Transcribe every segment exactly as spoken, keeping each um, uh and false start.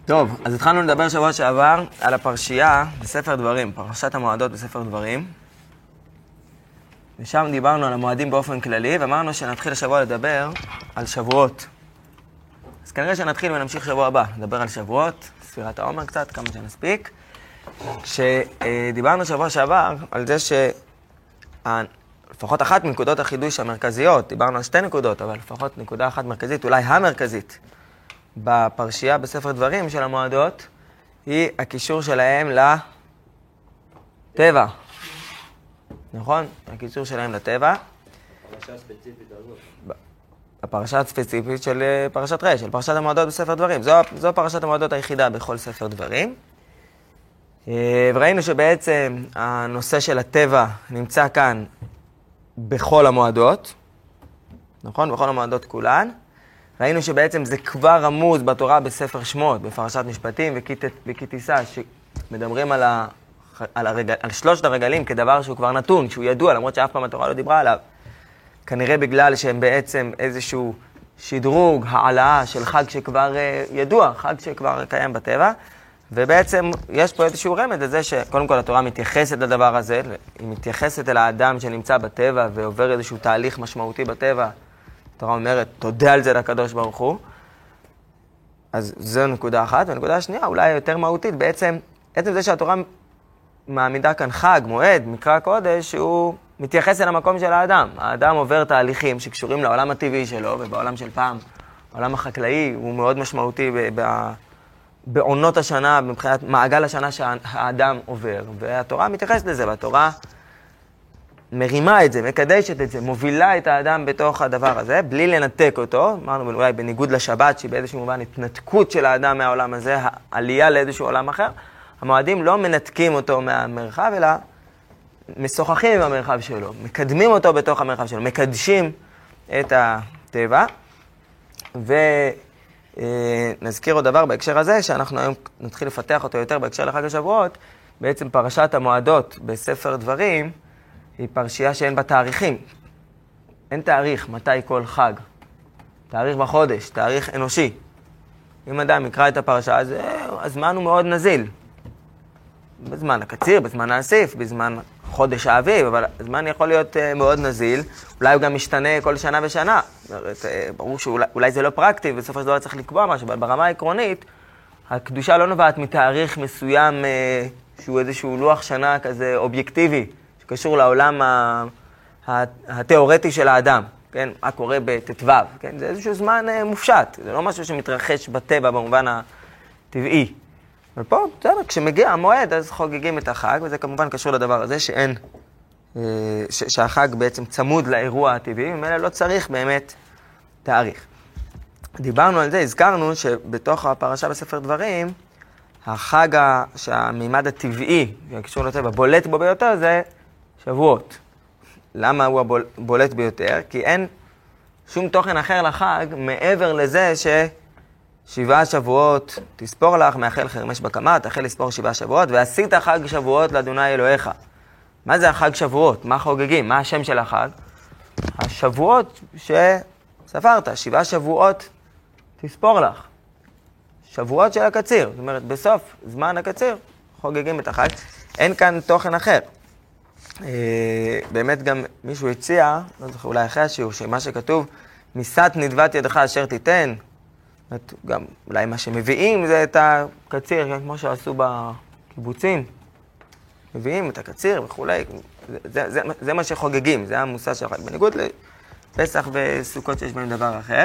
טוב, אז התחלנו לדבר שבוע שעבר על הפרשייה בספר דברים, פרשת המועדות בספר דברים. ושם דיברנו על המועדים באופן כללי, ואמרנו שנתחיל השבוע לדבר על שבועות. אז כנראה שנתחיל ונמשיך שבוע הבא, לדבר על שבועות, ספירת העומר קצת, כמה שנספיק. שדיברנו שבוע שעבר על זה שלפחות אחת מנקודות החידוש המרכזיות, דיברנו על שתי נקודות, אבל לפחות נקודה אחת מרכזית, אולי המרכזית, בפרשייה בספר דברים של המועדות, היא הקישור שלהם לטבע. נכון? הקישור שלהם לטבע. פרשה ספציפית הזאת. הפרשה הספציפית של פרשת רש, של פרשת המועדות בספר דברים. זו, זו פרשת המועדות היחידה בכל ספר דברים. וראינו שבעצם הנושא של הטבע נמצא כאן בכל המועדות. נכון? בכל המועדות כולן. ראינו שבעצם זה כבר רמוז בתורה בספר שמות, בפרשת משפטים וכי תישא, שמדברים על, ה, על, הרגל, על שלושת הרגלים כדבר שהוא כבר נתון, שהוא ידוע, למרות שאף פעם התורה לא דיברה עליו. כנראה בגלל שהם בעצם איזשהו שדרוג, העלאה של חג שכבר ידוע, חג שכבר קיים בטבע. ובעצם יש פה איזשהו רמז לזה שקודם כל התורה מתייחסת לדבר הזה, היא מתייחסת אל האדם שנמצא בטבע ועובר איזשהו תהליך משמעותי בטבע. התורה אומרת, תודה על זה לקדוש ברוך הוא. אז זו נקודה אחת. ונקודה השנייה, אולי יותר מהותית, בעצם, עצם זה שהתורה מעמידה כאן חג, מועד, מקרא קודש, שהוא מתייחס אל המקום של האדם. האדם עובר תהליכים שקשורים לעולם הטבעי שלו, ובעולם של פעם, העולם החקלאי הוא מאוד משמעותי בעונות השנה, מבחינת מעגל השנה שהאדם עובר. והתורה מתייחסת לזה, והתורה מרימה את זה, מקדשת את זה, מובילה את האדם בתוך הדבר הזה, בלי לנתק אותו. אמרנו אולי בניגוד לשבת, שהיא באיזשהו מובן התנתקות של האדם מהעולם הזה, העלייה לאיזשהו עולם אחר. המועדים לא מנתקים אותו מהמרחב, אלא משוחחים עם המרחב שלו, מקדמים אותו בתוך המרחב שלו, מקדשים את הטבע. ונזכיר עוד דבר בהקשר הזה, שאנחנו היום נתחיל לפתח אותו יותר בהקשר לחג השבועות. בעצם פרשת המועדות בספר דברים, היא פרשייה שאין בה תאריכים. אין תאריך מתי כל חג. תאריך בחודש, תאריך אנושי. אם אדם יקרא את הפרשה, אז הזמן הוא מאוד נזיל. בזמן הקציר, בזמן האסיף, בזמן חודש האביב, אבל הזמן יכול להיות מאוד נזיל. אולי הוא גם משתנה כל שנה ושנה. ברור שאולי זה לא פרקטי, בסופו של דבר צריך לקבוע משהו, אבל ברמה העקרונית, הקדושה לא נובעת מתאריך מסוים שהוא איזשהו לוח שנה כזה אובייקטיבי, קשור לעולם התיאורטי של האדם, כן? מה קורה בט"ו, כן? זה איזשהו זמן מופשט, זה לא משהו שמתרחש בטבע במובן הטבעי. אבל פה, בסדר, כשמגיע המועד, אז חוגגים את החג, וזה כמובן קשור לדבר הזה שאין, שהחג בעצם צמוד לאירוע הטבעי, ומאלה לא צריך באמת תאריך. דיברנו על זה, הזכרנו שבתוך הפרשה בספר דברים, החג שהמימד הטבעי, שקשור לטבע, בולט בו ביותר, זה שבועות. למה הוא הבולט ביותר? כי אין שום תוכן אחר לחג מעבר לזה ששבעה שבועות תספור לך, מאחל חרמש בקמה, תחל לספור שבעה שבועות, ועשית חג שבועות לאדוני אלוהיך. מה זה החג שבועות? מה חוגגים? מה השם של החג? השבועות שספרת, שבעה שבועות תספור לך. שבועות של הקציר, זאת אומרת, בסוף זמן הקציר חוגגים את החג. אין כאן תוכן אחר. באמת גם מישהו הציע, לא זוכר, אולי אחרי השיעור, שמה שכתוב, מיסת נדבת ידך אשר תיתן, גם אולי מה שמביאים זה את הקציר, כמו שעשו בקיבוצים, מביאים את הקציר וכולי, זה, זה, זה מה שחוגגים, זה המושא של החג, בניגוד לפסח וסוכות שיש בהם דבר אחר,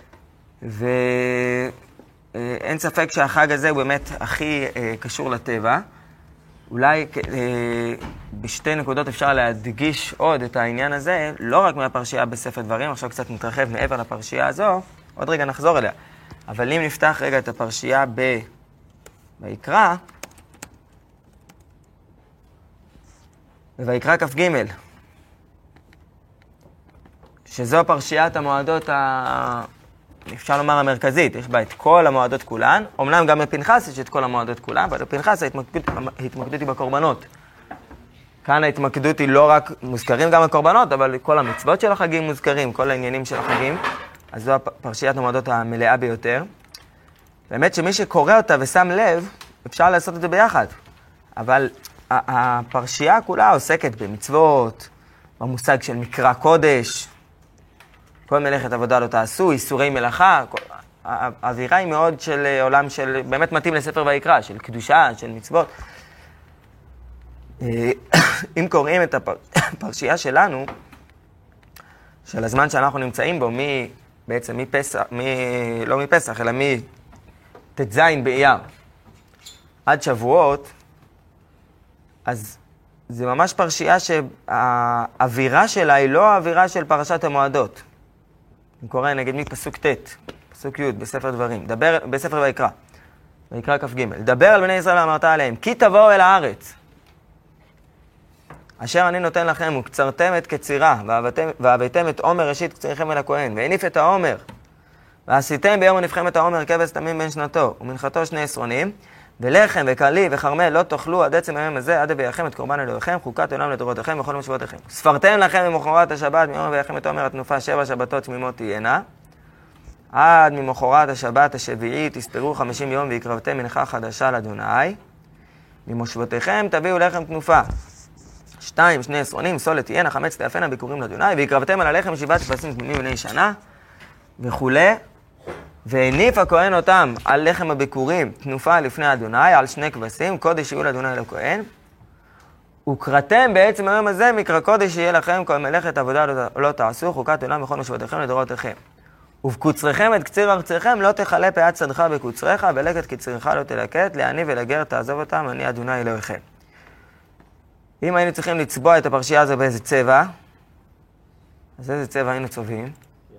ואין ספק שהחג הזה הוא באמת הכי קשור לטבע. אולי אה, בשתי נקודות אפשר להדגיש עוד את העניין הזה, לא רק מהפרשייה בספר דברים, עכשיו קצת נתרחב מעבר לפרשייה הזו, עוד רגע נחזור אליה. אבל אם נפתח רגע את הפרשייה ב... ויקרא, ויקרא כ"ג, שזו פרשיית המועדות ה... אפשר לומר המרכזית, יש בה את כל המועדות כולן, אמנם גם בפנחס יש את כל המועדות כולן, אבל בפנחס ההתמקדות, ההתמקדות היא בקורבנות. כאן ההתמקדות היא לא רק, מוזכרים גם הקורבנות, אבל כל המצוות של החגים מוזכרים, כל העניינים של החגים, אז זו פרשיית המועדות המלאה ביותר. באמת שמי שקורא אותה ושם לב, אפשר לעשות את זה ביחד. אבל הפרשייה כולה עוסקת במצוות, במושג של מקרא קודש, כל מלאכת עבודה לא תעשו, איסורי מלאכה, כל... האווירה היא מאוד של עולם של, באמת מתאים לספר ויקרא, של קדושה, של מצוות. אם קוראים את הפרשייה שלנו, של הזמן שאנחנו נמצאים בו, מי, בעצם מפסח, מי, לא מפסח, אלא מת' זין באייר, עד שבועות, אז זה ממש פרשייה שהאווירה שלה היא לא האווירה של פרשת המועדות. אני קורא נגד מפסוק ט', פסוק י' בספר דברים, דבר, בספר ויקרא, ויקרא כ"ג. דבר על בני ישראל ואמרת עליהם, כי תבואו אל הארץ, אשר אני נותן לכם, וקצרתם את קצירה, והבאתם את עומר ראשית קציריכם אל הכהן, והניף את העומר, ועשיתם ביום הנפכם את העומר כבש תמים בין שנתו, ומנחתו שני עשרונים, ולחם וקלי וחרמל לא תאכלו עד עצם היום הזה, עד הביאכם את קורבן אלוהיכם, חוקת עולם לדורותיכם וכל משבועותיכם. ספרתם לכם ממחרת השבת, מיום הביאכם את עומר התנופה, שבע שבתות תמימות תהיינה, עד ממחרת השבת השביעית תספרו חמישים יום והקרבתם מנחה חדשה לאדוני, ממושבותיכם תביאו לחם תנופה. שתיים, שני עשרונים, סולת תהיינה, חמץ תאפנה ביקורים לאדוני, והקרבתם על הלחם שבעת כבשים תמימים בני שנה, וכולי. והניף הכהן אותם על לחם הביקורים, תנופה לפני אדוני, על שני כבשים, קודש יהיו לאדוני לכהן. וקראתם בעצם היום הזה, מקרא קודש יהיה לכם, כל מלאכת עבודה לא, לא תעשו, חוקת עולם וכל משבותיכם לדורותיכם. ובקוצריכם את קציר ארציכם, לא תחלה פאת שדך בקוצריך, ולקט קצירך לא תלקט, לעני ולגר תעזוב אותם, אני אדוני אלוהיכם. אם היינו צריכים לצבוע את הפרשייה הזו באיזה צבע, אז איזה צבע היינו צובעים?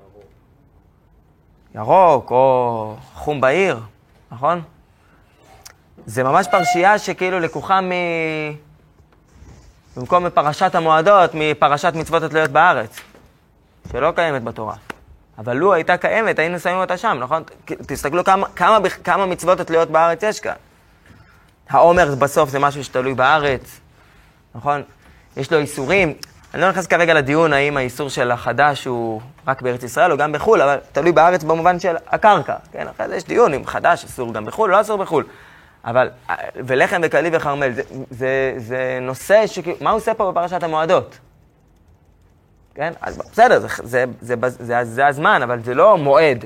ירוק או חום בהיר, נכון? זה ממש פרשייה שכאילו לקוחה מ... במקום מפרשת המועדות, מפרשת מצוות התלויות בארץ, שלא קיימת בתורה. אבל לו הייתה קיימת, היינו שמים אותה שם, נכון? תסתכלו כמה, כמה, כמה מצוות התלויות בארץ יש כאן. העומר בסוף זה משהו שתלוי בארץ, נכון? יש לו איסורים. אני לא נכנס כרגע לדיון האם האיסור של החדש הוא רק בארץ ישראל או גם בחול, אבל תלוי בארץ במובן של הקרקע, כן? אחרי זה יש דיון אם חדש אסור גם בחול או לא אסור בחול. אבל, ולחם וקלי וחרמל, זה, זה, זה נושא ש... מה הוא עושה פה בפרשת המועדות? כן? אז בסדר, זה, זה, זה, זה, זה הזמן, אבל זה לא מועד.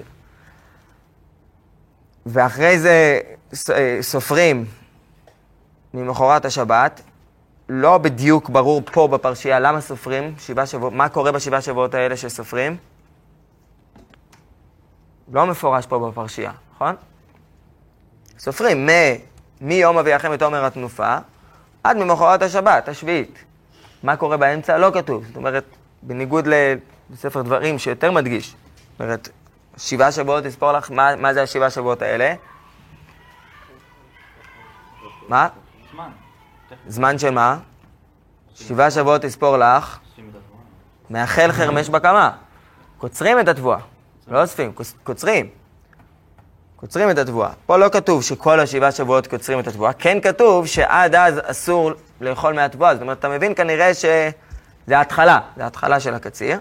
ואחרי זה סופרים ממחרת השבת, לא בדיוק ברור פה בפרשייה למה סופרים, שבעה שבועות, מה קורה בשבעה שבועות האלה שסופרים? לא מפורש פה בפרשייה, נכון? סופרים מ, מיום אביאכם את עומר התנופה, עד ממחרת השבת, השביעית. מה קורה באמצע? לא כתוב. זאת אומרת, בניגוד לספר דברים שיותר מדגיש. זאת אומרת, שבעה שבועות תספור לך, מה, מה זה השבעה שבועות האלה? מה? זמן. זמן של מה? שבעה שבועות תספור לך. מאחל חרמש בקמה. קוצרים את התבואה. לא אוספים, קוצרים. קוצרים את התבואה. פה לא כתוב שכל השבעה שבועות קוצרים את התבואה. כן כתוב שעד אז אסור לאכול מהתבואה. זאת אומרת, אתה מבין כנראה שזה ההתחלה. זה ההתחלה של הקציר.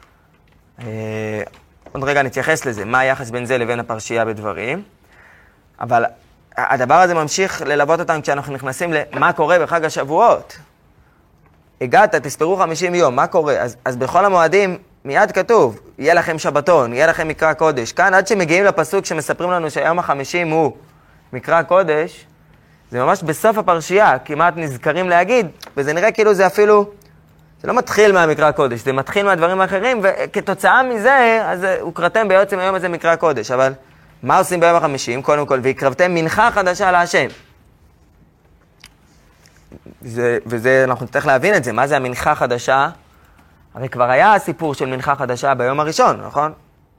עוד רגע נתייחס לזה. מה היחס בין זה לבין הפרשייה בדברים. אבל הדבר הזה ממשיך ללוות אותנו כשאנחנו נכנסים למה קורה בחג השבועות. הגעת, תספרו חמישים יום, מה קורה? אז, אז בכל המועדים מיד כתוב, יהיה לכם שבתון, יהיה לכם מקרא קודש. כאן עד שמגיעים לפסוק שמספרים לנו שהיום החמישים הוא מקרא קודש, זה ממש בסוף הפרשייה, כמעט נזכרים להגיד, וזה נראה כאילו זה אפילו, זה לא מתחיל מהמקרא קודש, זה מתחיל מהדברים האחרים, וכתוצאה מזה, אז הוקראתם בעצם היום הזה מקרא קודש, אבל מה עושים ביום החמישים? קודם כל, והקרבתם מנחה חדשה להשם. זה, וזה, אנחנו נצטרך להבין את זה, מה זה המנחה חדשה? הרי כבר היה הסיפור של מנחה חדשה ביום הראשון, נכון?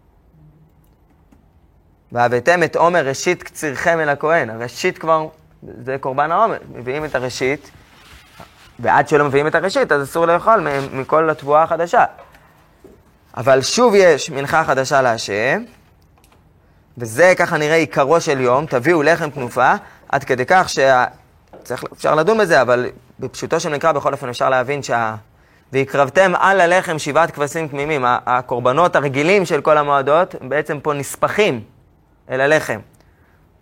והבאתם את עומר ראשית קצירכם אל הכהן. הראשית כבר, זה קורבן העומר. מביאים את הראשית, ועד שלא מביאים את הראשית, אז אסור לאכול מכל התבואה החדשה. אבל שוב יש מנחה חדשה להשם, וזה ככה נראה עיקרו של יום, תביאו לחם תנופה, עד כדי כך שאפשר לדון בזה, אבל בפשוטו שנקרא בכל אופן אפשר להבין שה... והקרבתם על הלחם שבעת כבשים תמימים, הקורבנות הרגילים של כל המועדות, בעצם פה נספחים אל הלחם.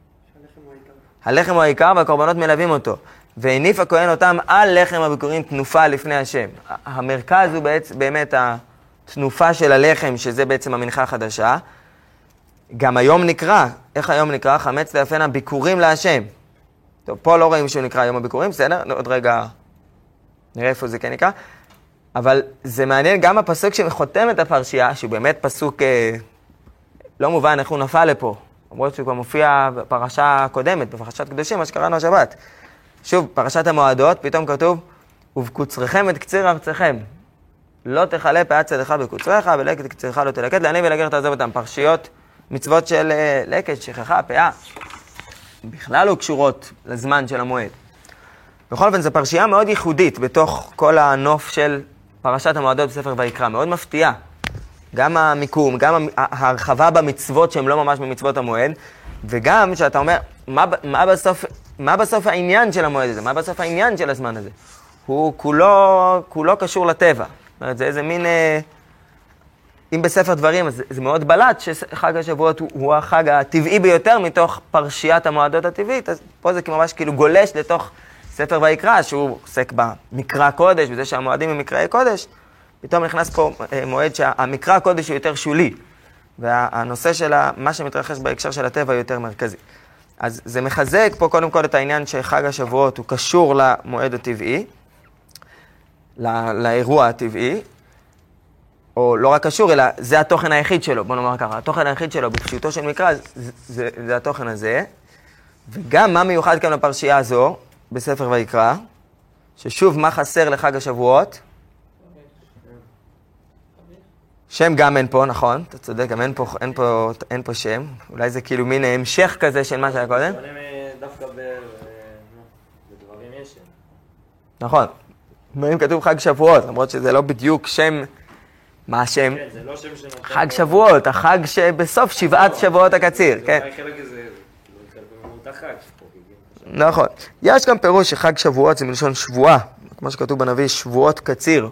הלחם הוא העיקר והקורבנות מלווים אותו. והניף הכהן אותם על לחם הביקורים תנופה לפני השם. המרכז הוא בעצם, באמת התנופה של הלחם, שזה בעצם המנחה החדשה. גם היום נקרא, איך היום נקרא? חמץ ויפנה ביקורים להשם. טוב, פה לא רואים שהוא נקרא יום הביקורים, בסדר? עוד רגע נראה איפה זה כן נקרא. אבל זה מעניין גם הפסוק שחותם את הפרשייה, שהוא באמת פסוק אה, לא מובן איך הוא נפל לפה. למרות שהוא כבר מופיע בפרשה הקודמת, בפרשת קדושים, מה שקראנו השבת. שוב, פרשת המועדות, פתאום כתוב, ובקוצריכם את קציר ארציכם. לא תחלה פאת צדך בקוצריך, ולקט קצירך לא תלקט, לעני ולגר תעזוב אותם. פרשיות, מצוות של uh, לקט, שכחה, פאה. בכלל לא קשורות לזמן של המועד. בכל אופן, זו פרשייה מאוד ייחודית בתוך כל הנוף של פרשת המועדות בספר ויקרא. מאוד מפתיעה. גם המיקום, גם ההרחבה במצוות שהן לא ממש במצוות המועד, וגם שאתה אומר, מה, מה, בסוף, מה בסוף העניין של המועד הזה? מה בסוף העניין של הזמן הזה? הוא כולו, כולו קשור לטבע. זאת אומרת, זה איזה מין... אם בספר דברים, אז זה מאוד בלט שחג השבועות הוא, הוא החג הטבעי ביותר מתוך פרשיית המועדות הטבעית, אז פה זה ממש כאילו גולש לתוך ספר ויקרא, שהוא עוסק במקרא קודש, וזה שהמועדים הם מקראי קודש, פתאום נכנס פה מועד שהמקרא הקודש הוא יותר שולי, והנושא של מה שמתרחש בהקשר של הטבע הוא יותר מרכזי. אז זה מחזק פה קודם כל את העניין שחג השבועות הוא קשור למועד הטבעי, לא, לאירוע הטבעי, או לא רק קשור, אלא זה התוכן היחיד שלו, בוא נאמר ככה, התוכן היחיד שלו בפשוטו של מקרא, זה, זה, זה התוכן הזה, וגם מה מיוחד כאן בפרשייה הזו, בספר ויקרא, ששוב מה חסר לחג השבועות? שם גם אין פה, נכון, אתה צודק, גם אין פה, אין פה, אין פה שם, אולי זה כאילו מין המשך כזה של מה שהיה קודם. דווקא בדברים יש שם. נכון, אם כתוב חג שבועות, למרות שזה לא בדיוק שם, מה השם? כן, זה לא שם שנותן... חג שבועות, החג שבסוף שבעת שבועות הקציר, כן. זה חלק איזה, כאילו, אותה חג. נכון. יש גם פירוש שחג שבועות זה מלשון שבועה, כמו שכתוב בנביא, שבועות קציר.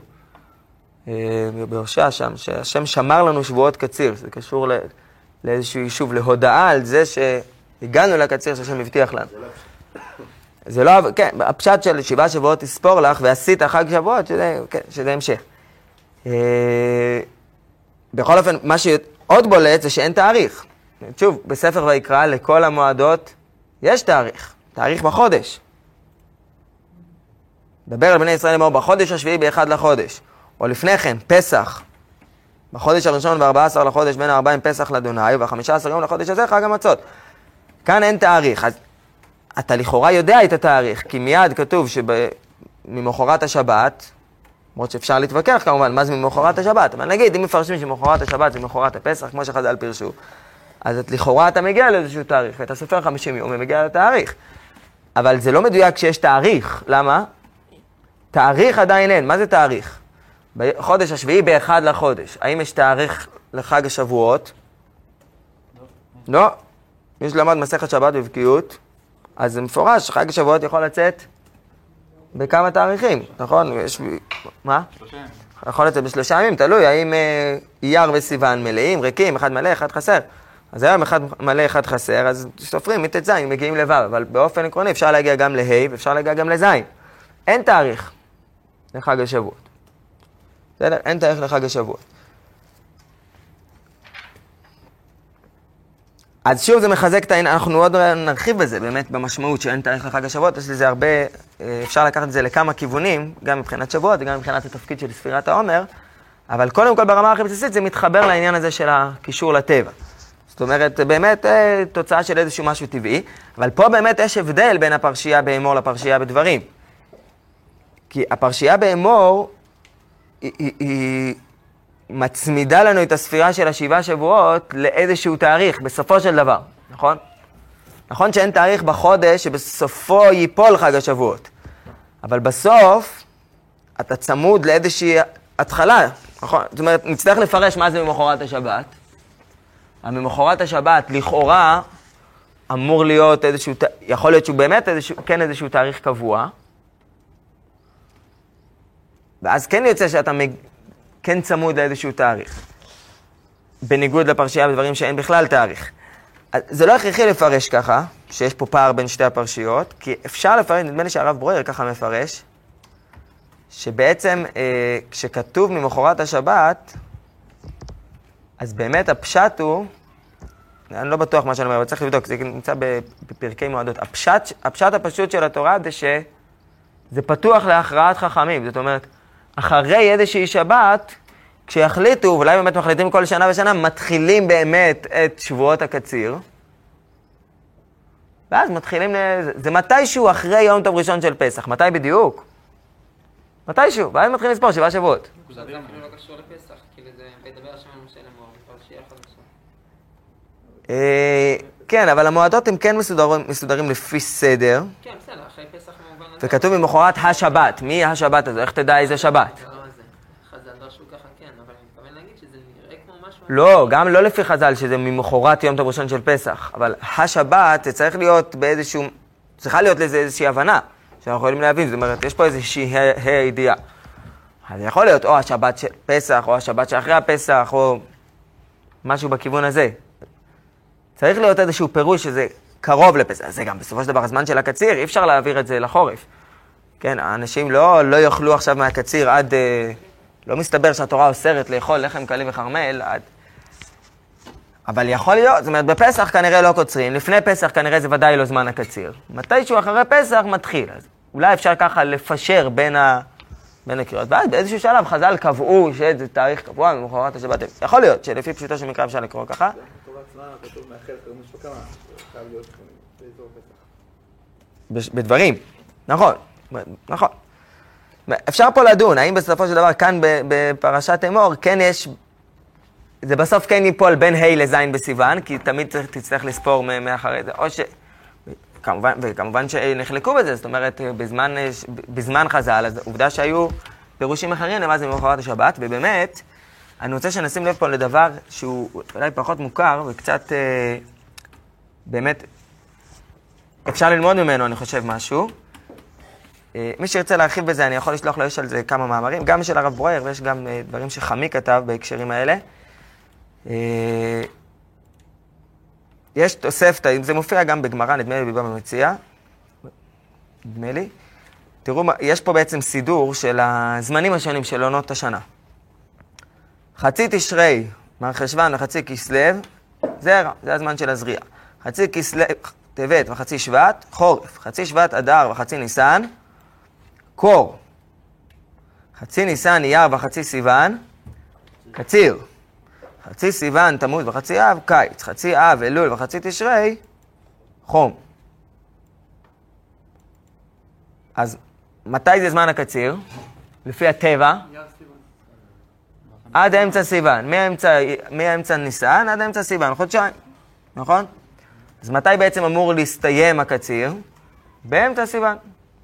בהושע שם, שהשם שמר לנו שבועות קציר, זה קשור לאיזשהו יישוב, להודעה על זה שהגענו לקציר שהשם הבטיח לנו. זה לא, כן, הפשט של שבעה שבועות תספור לך, ועשית חג שבועות, שזה, כן, שזה המשך. בכל אופן, מה שעוד בולט זה שאין תאריך. שוב, בספר ויקרא לכל המועדות יש תאריך, תאריך בחודש. דבר על בני ישראל אמור בחודש השביעי באחד לחודש. או לפני כן, פסח, בחודש הראשון וארבעה עשר לחודש בין הארבעים פסח לאדוני, והחמישה עשר יום לחודש הזה חג המצות. כאן אין תאריך, אז אתה לכאורה יודע את התאריך, כי מיד כתוב שממחרת השבת, למרות שאפשר להתווכח כמובן, מה זה ממחרת השבת, אבל נגיד, אם מפרשים שממחרת השבת זה ממחרת הפסח, כמו שחז"ל פירשו, אז את לכאורה אתה מגיע לאיזשהו תאריך, ואתה סופר חמישים יום ומגיע לתאריך. אבל זה לא מדויק כשיש תאריך, למה? תאריך עדיין אין, מה זה תאריך? בחודש השביעי באחד לחודש. האם יש תאריך לחג השבועות? לא. לא. מי שלמד מסכת שבת בבקיאות, אז זה מפורש, חג השבועות יכול לצאת בכמה תאריכים, נכון? יש... מה? שלושה ימים. יכול לצאת בשלושה ימים, תלוי, האם אה, אייר וסיוון מלאים, ריקים, אחד מלא, אחד חסר. אז היום אחד מלא, אחד חסר, אז סופרים מט"ז, מגיעים לבב, אבל באופן עקרוני אפשר להגיע גם לה' ואפשר להגיע גם לז'. אין תאריך לחג השבועות. בסדר? אין תאריך לחג השבועות. אז שוב זה מחזק את העניין, אנחנו עוד נרחיב בזה, באמת במשמעות שאין תאריך לחג השבועות, יש לזה הרבה, אפשר לקחת את זה לכמה כיוונים, גם מבחינת שבועות וגם מבחינת התפקיד של ספירת העומר, אבל קודם כל ברמה הכי בסיסית זה מתחבר לעניין הזה של הקישור לטבע. זאת אומרת, באמת תוצאה של איזשהו משהו טבעי, אבל פה באמת יש הבדל בין הפרשייה באמור לפרשייה בדברים. כי הפרשייה באמור היא, היא, היא מצמידה לנו את הספירה של השבעה שבועות לאיזשהו תאריך, בסופו של דבר, נכון? נכון שאין תאריך בחודש שבסופו ייפול חג השבועות, אבל בסוף אתה צמוד לאיזושהי התחלה, נכון? זאת אומרת, נצטרך לפרש מה זה ממחרת השבת. ממחרת השבת, לכאורה, אמור להיות איזשהו, יכול להיות שהוא באמת איזשהו, כן איזשהו תאריך קבוע, ואז כן יוצא שאתה מג... כן צמוד לאיזשהו תאריך. בניגוד לפרשייה בדברים שאין בכלל תאריך. זה לא הכרחי לפרש ככה, שיש פה פער בין שתי הפרשיות, כי אפשר לפרש, נדמה לי שהרב ברויר ככה מפרש, שבעצם אה, כשכתוב ממחרת השבת, אז באמת הפשט הוא, אני לא בטוח מה שאני אומר, אבל צריך לבדוק, זה נמצא בפרקי מועדות. הפשט, הפשט הפשוט של התורה זה שזה פתוח להכרעת חכמים. זאת אומרת, אחרי איזושהי שבת, כשיחליטו, ואולי באמת מחליטים כל שנה ושנה, מתחילים באמת את שבועות הקציר, ואז מתחילים, זה, זה מתישהו אחרי יום טוב ראשון של פסח. מתי בדיוק? מתישהו, ואז מתחילים לספור שבעה שבועות. זה אפילו לא קשור לפסח, כאילו זה מדבר שם על משה לאמור, פרשייה חדשה. כן, אבל המועדות הם כן מסודרים, מסודרים לפי סדר. כן, בסדר, אחרי פסח במובן הזה. וכתוב ממחרת השבת. מי השבת הזו? איך תדע איזה שבת? זה לא זה. חז"ל דרשו ככה כן, אבל אני מתכוון להגיד שזה נראה כמו משהו... לא, גם לא לפי חז"ל שזה ממחרת יום טוב ראשון של פסח. אבל השבת זה צריך להיות באיזשהו... צריכה להיות לזה איזושהי הבנה שאנחנו יכולים להבין. זאת אומרת, יש פה איזושהי הידיעה. אז יכול להיות או השבת של פסח, או השבת שאחרי הפסח, או משהו בכיוון הזה. צריך להיות איזשהו פירוש שזה קרוב לפסח. זה גם בסופו של דבר הזמן של הקציר, אי אפשר להעביר את זה לחורף. כן, האנשים לא, לא יאכלו עכשיו מהקציר עד... לא מסתבר שהתורה אוסרת לאכול לחם קלי וחרמל עד... אבל יכול להיות, זאת אומרת, בפסח כנראה לא קוצרים, לפני פסח כנראה זה ודאי לא זמן הקציר. מתישהו אחרי פסח מתחיל, אז אולי אפשר ככה לפשר בין ה... בין הקריאות. ואז באיזשהו שלב חז"ל קבעו שזה תאריך קבוע ממחרת השבת. יכול להיות שלפי פשוטו של מקרא אפשר לקרוא ככה. בתורה עצמה, כתוב מאחר, כתוב יש פה כמה, חייב להיות באזור פסח. בדברים, נכון, נכון. אפשר פה לדון, האם בסופו של דבר כאן בפרשת אמור, כן יש, זה בסוף כן ייפול בין ה' לזין בסיוון, כי תמיד תצטרך לספור מאחרי זה, או ש... כמובן, וכמובן שנחלקו בזה, זאת אומרת, בזמן, בזמן חז"ל, אז עובדה שהיו פירושים אחרים למה זה ממחרת השבת, ובאמת, אני רוצה שנשים לב פה לדבר שהוא אולי פחות מוכר, וקצת, אה, באמת, אפשר ללמוד ממנו, אני חושב, משהו. אה, מי שירצה להרחיב בזה, אני יכול לשלוח לו, יש על זה כמה מאמרים, גם של הרב ברויר, ויש גם אה, דברים שחמי כתב בהקשרים האלה. אה, יש תוספתא, זה מופיע גם בגמרא, נדמה לי בבבא מציעא, נדמה לי. תראו, יש פה בעצם סידור של הזמנים השונים של עונות השנה. חצי תשרי, מר חשוון וחצי כסלו, זרע, זה הזמן של הזריעה. חצי כסלו, טבת וחצי שבט, חורף. חצי שבט אדר וחצי ניסן, קור. חצי ניסן אייר וחצי סיוון, קציר. חצי סיוון, תמוז וחצי אב, קיץ. חצי אב, אלול וחצי תשרי, חום. אז מתי זה זמן הקציר? לפי הטבע? עד אמצע סיוון. מאמצע, מאמצע ניסן עד אמצע סיוון, חודשיים. נכון? אז מתי בעצם אמור להסתיים הקציר? באמצע סיוון.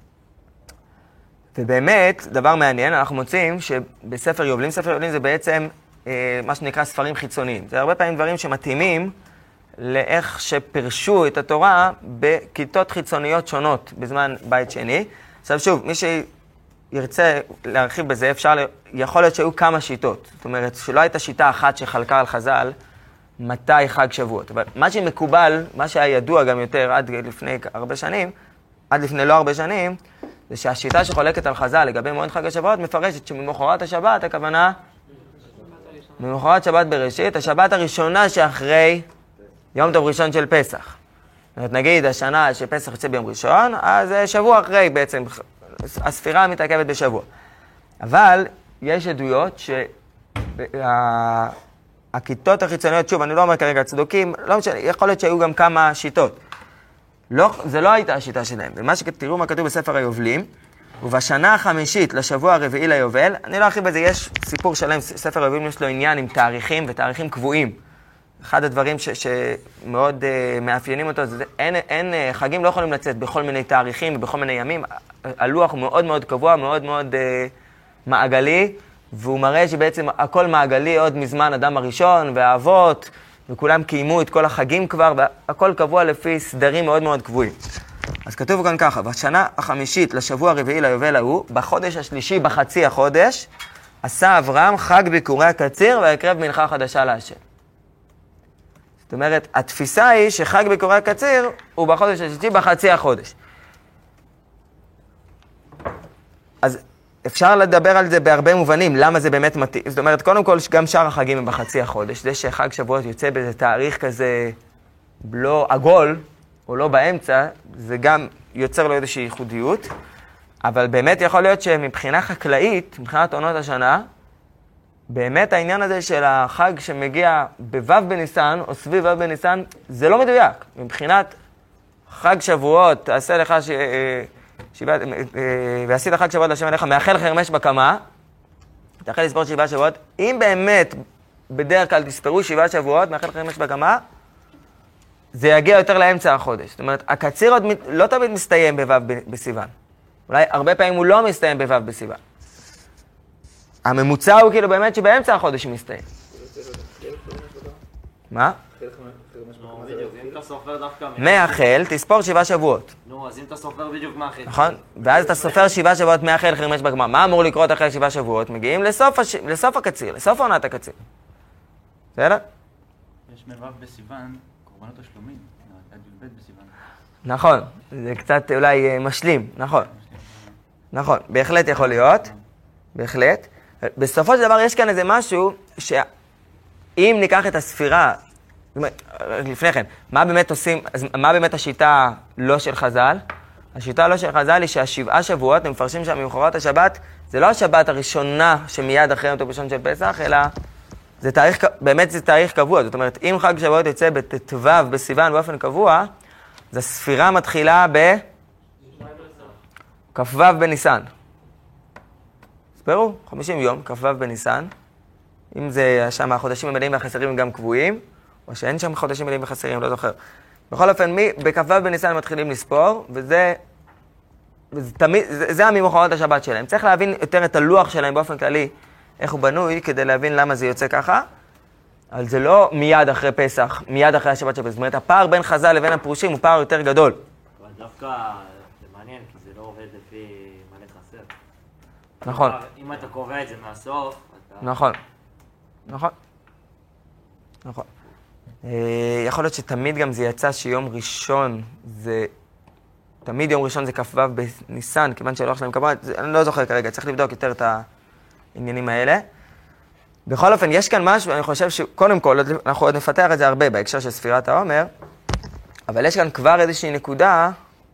ובאמת, דבר מעניין, אנחנו מוצאים שבספר יובלים, ספר יובלים זה בעצם מה שנקרא ספרים חיצוניים. זה הרבה פעמים דברים שמתאימים לאיך שפרשו את התורה בכיתות חיצוניות שונות בזמן בית שני. עכשיו שוב, מי שירצה להרחיב בזה, אפשר, יכול להיות שהיו כמה שיטות. זאת אומרת, שלא הייתה שיטה אחת שחלקה על חז"ל, מתי חג שבועות. אבל מה שמקובל, מה שהיה ידוע גם יותר עד לפני הרבה שנים, עד לפני לא הרבה שנים, זה שהשיטה שחולקת על חז"ל לגבי מועד חג השבועות מפרשת שממחרת השבת, הכוונה ממחרת שבת בראשית, השבת הראשונה שאחרי יום טוב ראשון של פסח. זאת אומרת, נגיד, השנה שפסח יוצא ביום ראשון, אז שבוע אחרי בעצם, הספירה מתעכבת בשבוע. אבל יש עדויות שהכיתות החיצוניות, שוב, אני לא אומר כרגע צדוקים, לא משנה, יכול להיות שהיו גם כמה שיטות. לא, זה לא הייתה השיטה שלהם. ומה שתראו מה כתוב בספר היובלים, ובשנה החמישית לשבוע הרביעי ליובל, אני לא ארחיב בזה, יש סיפור שלם, ספר היובלים יש לו עניין עם תאריכים ותאריכים קבועים. אחד הדברים ש, שמאוד uh, מאפיינים אותו, זה אין, אין, uh, חגים לא יכולים לצאת בכל מיני תאריכים ובכל מיני ימים. הלוח הוא מאוד מאוד קבוע, מאוד מאוד uh, מעגלי, והוא מראה שבעצם הכל מעגלי עוד מזמן אדם הראשון והאבות, וכולם קיימו את כל החגים כבר, והכל קבוע לפי סדרים מאוד מאוד קבועים. אז כתוב כאן ככה, בשנה החמישית לשבוע הרביעי ליובל ההוא, בחודש השלישי בחצי החודש, עשה אברהם חג ביקורי הקציר והקרב מנחה חדשה להשם. זאת אומרת, התפיסה היא שחג ביקורי הקציר הוא בחודש השישי בחצי החודש. אז אפשר לדבר על זה בהרבה מובנים, למה זה באמת מתאים. זאת אומרת, קודם כל, גם שאר החגים הם בחצי החודש. זה שחג שבועות יוצא באיזה תאריך כזה לא עגול, או לא באמצע, זה גם יוצר לו איזושהי ייחודיות. אבל באמת יכול להיות שמבחינה חקלאית, מבחינת עונות השנה, באמת העניין הזה של החג שמגיע בו' בניסן, או סביב ו' בניסן, זה לא מדויק. מבחינת חג שבועות, תעשה לך ש... שבעת... ועשית חג שבועות לשם אליך, מאחל חרמש בקמה, תאכל לספור שבעה שבועות. אם באמת, בדרך כלל תספרו שבעה שבועות, מאחל חרמש בקמה, זה יגיע יותר לאמצע החודש. זאת אומרת, הקציר עוד לא תמיד מסתיים בו' בסיוון. אולי הרבה פעמים הוא לא מסתיים בו' בסיוון. הממוצע הוא כאילו באמת שבאמצע החודש הוא מסתיים. מה? נו, בדיוק, אם אתה סופר דווקא... מאחל, תספור שבעה שבועות. נו, אז אם אתה סופר בדיוק מאחל... נכון? ואז אתה סופר שבעה שבועות מאחל חרמש בגמר. מה אמור לקרות אחרי שבעה שבועות? מגיעים לסוף, הש... לסוף הקציר, לסוף עונת הקציר. בסדר? יש מו' בסיוון, קורבנות השלומים, עד י"ב בסיוון. נכון, זה קצת אולי משלים, נכון. נכון, בהחלט יכול להיות, בהחלט. בסופו של דבר יש כאן איזה משהו שאם ניקח את הספירה, לפני כן, מה באמת עושים, מה באמת השיטה לא של חז"ל? השיטה לא של חז"ל היא שהשבעה שבועות, הם מפרשים שהמאוחרות השבת, זה לא השבת הראשונה שמיד אחרי יום טוב ראשון של פסח, אלא זה תאריך, באמת זה תאריך קבוע. זאת אומרת, אם חג שבועות יוצא בט"ו בסיוון באופן קבוע, אז הספירה מתחילה ב... כ"ו בניסן. ספרו, חמישים יום, כ"ו בניסן. אם זה שם החודשים המלאים והחסרים הם גם קבועים, או שאין שם חודשים מלאים וחסרים, לא זוכר. בכל אופן, מי, בכ"ו בניסן מתחילים לספור, וזה, וזה תמיד, זה, זה הממאוחרות השבת שלהם. צריך להבין יותר את הלוח שלהם באופן כללי, איך הוא בנוי, כדי להבין למה זה יוצא ככה. אבל זה לא מיד אחרי פסח, מיד אחרי השבת של פסח. זאת אומרת, הפער בין חז"ל לבין הפרושים הוא פער יותר גדול. אבל דווקא זה מעניין, כי זה לא עובד לפי מלא חסר. נכון. אם אתה קובע את זה מהסוף, אתה... נכון. נכון. נכון. יכול להיות שתמיד גם זה יצא שיום ראשון זה... תמיד יום ראשון זה כ"ו בניסן, כיוון שהלוח שלהם כמובן, אני לא זוכר כרגע, צריך לבדוק יותר את העניינים האלה. בכל אופן, יש כאן משהו, אני חושב שקודם כל, אנחנו עוד נפתח את זה הרבה בהקשר של ספירת העומר, אבל יש כאן כבר איזושהי נקודה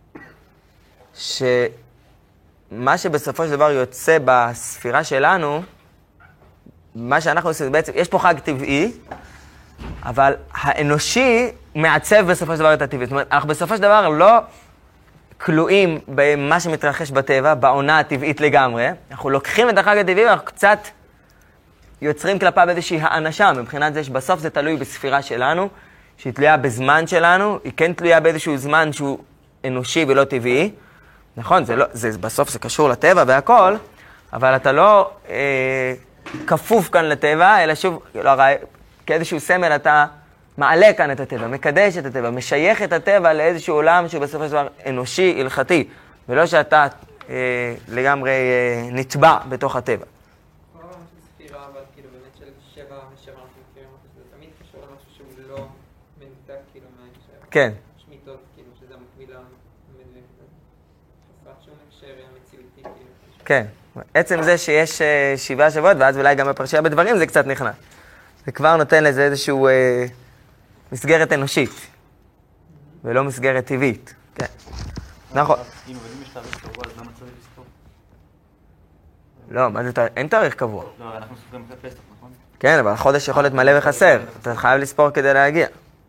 שמה שבסופו של דבר יוצא בספירה שלנו, מה שאנחנו עושים בעצם, יש פה חג טבעי, אבל האנושי מעצב בסופו של דבר את הטבעי. זאת אומרת, אנחנו בסופו של דבר לא כלואים במה שמתרחש בטבע, בעונה הטבעית לגמרי. אנחנו לוקחים את החג הטבעי ואנחנו קצת יוצרים כלפיו איזושהי האנשה, מבחינת זה שבסוף זה תלוי בספירה שלנו, שהיא תלויה בזמן שלנו, היא כן תלויה באיזשהו זמן שהוא אנושי ולא טבעי. נכון, זה לא, זה, בסוף זה קשור לטבע והכל, אבל אתה לא אה, כפוף כאן לטבע, אלא שוב, לא, כאיזשהו סמל אתה מעלה כאן את הטבע, מקדש את הטבע, משייך את הטבע לאיזשהו עולם שהוא בסופו של דבר אנושי, הלכתי, ולא שאתה אה, לגמרי אה, נטבע בתוך הטבע. כל העולם של ספירה, אבל כאילו באמת של שבע ושבע אנחנו מכירים אותה, זה תמיד קשור למשהו שהוא לא מנותק כאילו מהקשר. כן. שמיטות, כאילו, שזה המקבילה המדויקת. חסרת שום הקשר המציאותי, כאילו. כן. עצם זה שיש אה, שבעה שבועות, ואז אולי גם בפרשייה בדברים, זה קצת נכנס. זה כבר נותן לזה איזשהו אה, מסגרת אנושית, ולא מסגרת טבעית. כן. נכון. אם אבל אם יש תאריך קבוע, אז למה צריך לספור? לא, מה זה תאריך? אין תאריך קבוע. לא, אנחנו סופרים אחרי פסח, נכון? כן, אבל החודש יכול להיות מלא וחסר. אתה חייב לספור כדי להגיע.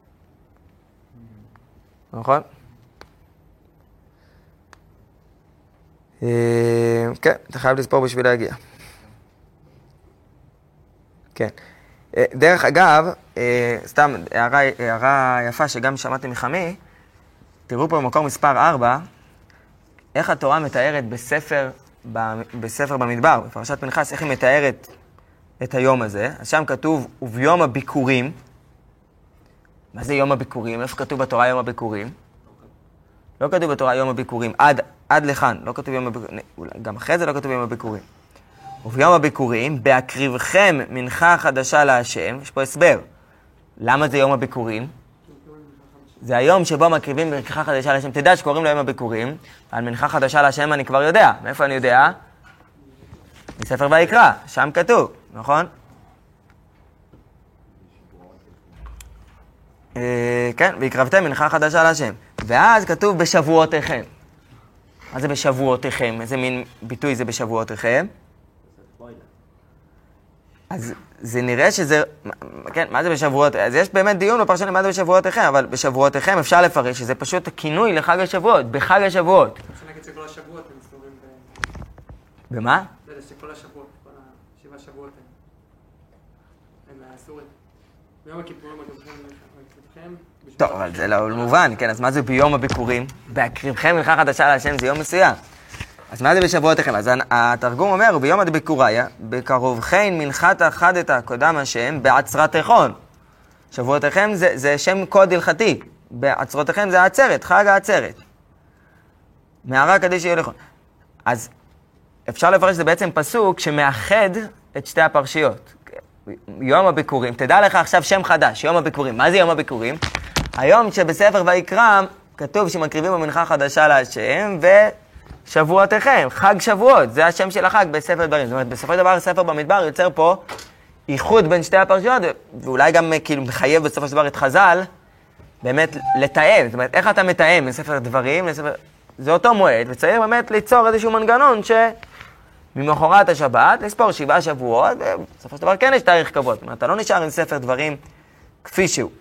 נכון? כן, אתה חייב לספור בשביל להגיע. כן. דרך אגב, סתם הערה, הערה יפה שגם שמעתי מחמי, תראו פה במקור מספר ארבע, איך התורה מתארת בספר, בספר במדבר, בפרשת פנחס, איך היא מתארת את היום הזה. אז שם כתוב, וביום הביקורים. מה זה יום הביקורים? איפה כתוב בתורה יום הביקורים? לא כתוב בתורה יום הביקורים, עד, עד לכאן, לא כתוב יום הביקורים, גם אחרי זה לא כתוב יום הביקורים. וביום הביקורים, בהקריבכם מנחה חדשה להשם, יש פה הסבר. למה זה יום הביקורים? זה היום שבו מקריבים מנחה חדשה להשם. תדע שקוראים לו יום הביקורים, על מנחה חדשה להשם אני כבר יודע. מאיפה אני יודע? מספר ויקרא, שם כתוב, נכון? כן, והקרבתם מנחה חדשה להשם. ואז כתוב בשבועותיכם. מה זה בשבועותיכם? איזה מין ביטוי זה בשבועותיכם? אז זה נראה שזה, כן, מה זה בשבועות? אז יש באמת דיון בפרשנים מה זה בשבועותיכם, אבל בשבועותיכם אפשר לפרש שזה פשוט כינוי לחג השבועות, בחג השבועות. אפשר להגיד שכל השבועות הם סתורים ב... במה? זה שכל השבועות, כל השבעה שבועות הם אסורים. ביום הכיפורים מקריבכם... טוב, אבל זה לא מובן, כן, אז מה זה ביום הביקורים? בהקריבכם מנחה חדשה להשם זה יום מסוים. אז מה זה בשבועותיכם? אז התרגום אומר, ביום הדביקוריה, בקרובכם מנחת אחדת קודם השם בעצרתכם. שבועותיכם זה, זה שם קוד הלכתי. בעצרותיכם זה העצרת, חג העצרת. מערה קדיש יהיה לכם. אז אפשר לפרש שזה בעצם פסוק שמאחד את שתי הפרשיות. יום הביקורים, תדע לך עכשיו שם חדש, יום הביקורים. מה זה יום הביקורים? היום שבספר ויקרא כתוב שמקריבים במנחה חדשה להשם ו... שבועותיכם, חג שבועות, זה השם של החג בספר דברים. זאת אומרת, בסופו של דבר, ספר במדבר יוצר פה איחוד בין שתי הפרשיות, ואולי גם כאילו מחייב בסופו של דבר את חז"ל, באמת לתאם. זאת אומרת, איך אתה מתאם בספר דברים, לספר... זה אותו מועד, וצריך באמת ליצור איזשהו מנגנון שממחרת השבת, לספור שבעה שבועות, ובסופו של דבר כן יש תאריך קבוע. זאת אומרת, אתה לא נשאר עם ספר דברים כפי שהוא.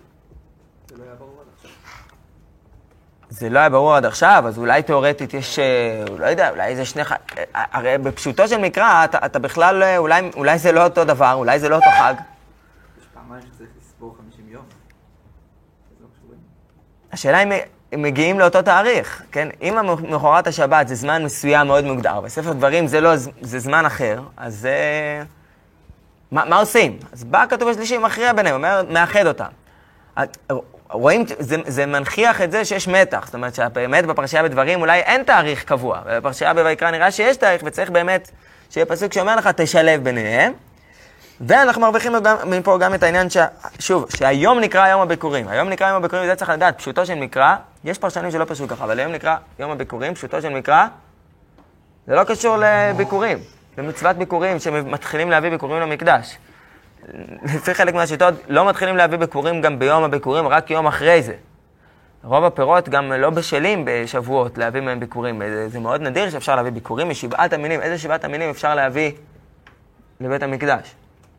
זה לא היה ברור עד עכשיו, אז אולי תיאורטית יש, לא יודע, אולי זה שני חג, הרי בפשוטו של מקרא, אתה, אתה בכלל, אולי, אולי זה לא אותו דבר, אולי זה לא אותו חג. יש פעמיים שצריך לספור חמישים יום. זה לא קשורים. השאלה אם הם מגיעים לאותו תאריך, כן? אם מחרת השבת זה זמן מסוים מאוד מוגדר, בספר דברים זה לא, זה זמן אחר, אז זה... מה, מה עושים? אז בא הכתוב השלישי, מכריע ביניהם, אומר, מאחד אותם. רואים, זה, זה מנחיח את זה שיש מתח, זאת אומרת שבאמת בפרשייה בדברים אולי אין תאריך קבוע, בפרשייה בויקרא נראה שיש תאריך וצריך באמת שיהיה פסוק שאומר לך תשלב ביניהם, ואנחנו מרוויחים גם, מפה גם את העניין ש... שוב, שהיום נקרא יום הביקורים, היום נקרא יום הביקורים, זה צריך לדעת, פשוטו של מקרא, יש פרשנים שלא פשוט ככה, אבל היום נקרא יום הביקורים, פשוטו של מקרא, זה לא קשור לביקורים, במצוות ביקורים שמתחילים להביא ביקורים למקדש. לפי חלק מהשיטות לא מתחילים להביא ביקורים גם ביום הביקורים, רק יום אחרי זה. רוב הפירות גם לא בשלים בשבועות להביא מהם ביקורים. זה, זה מאוד נדיר שאפשר להביא ביקורים משבעת המינים. איזה שבעת המינים אפשר להביא לבית המקדש?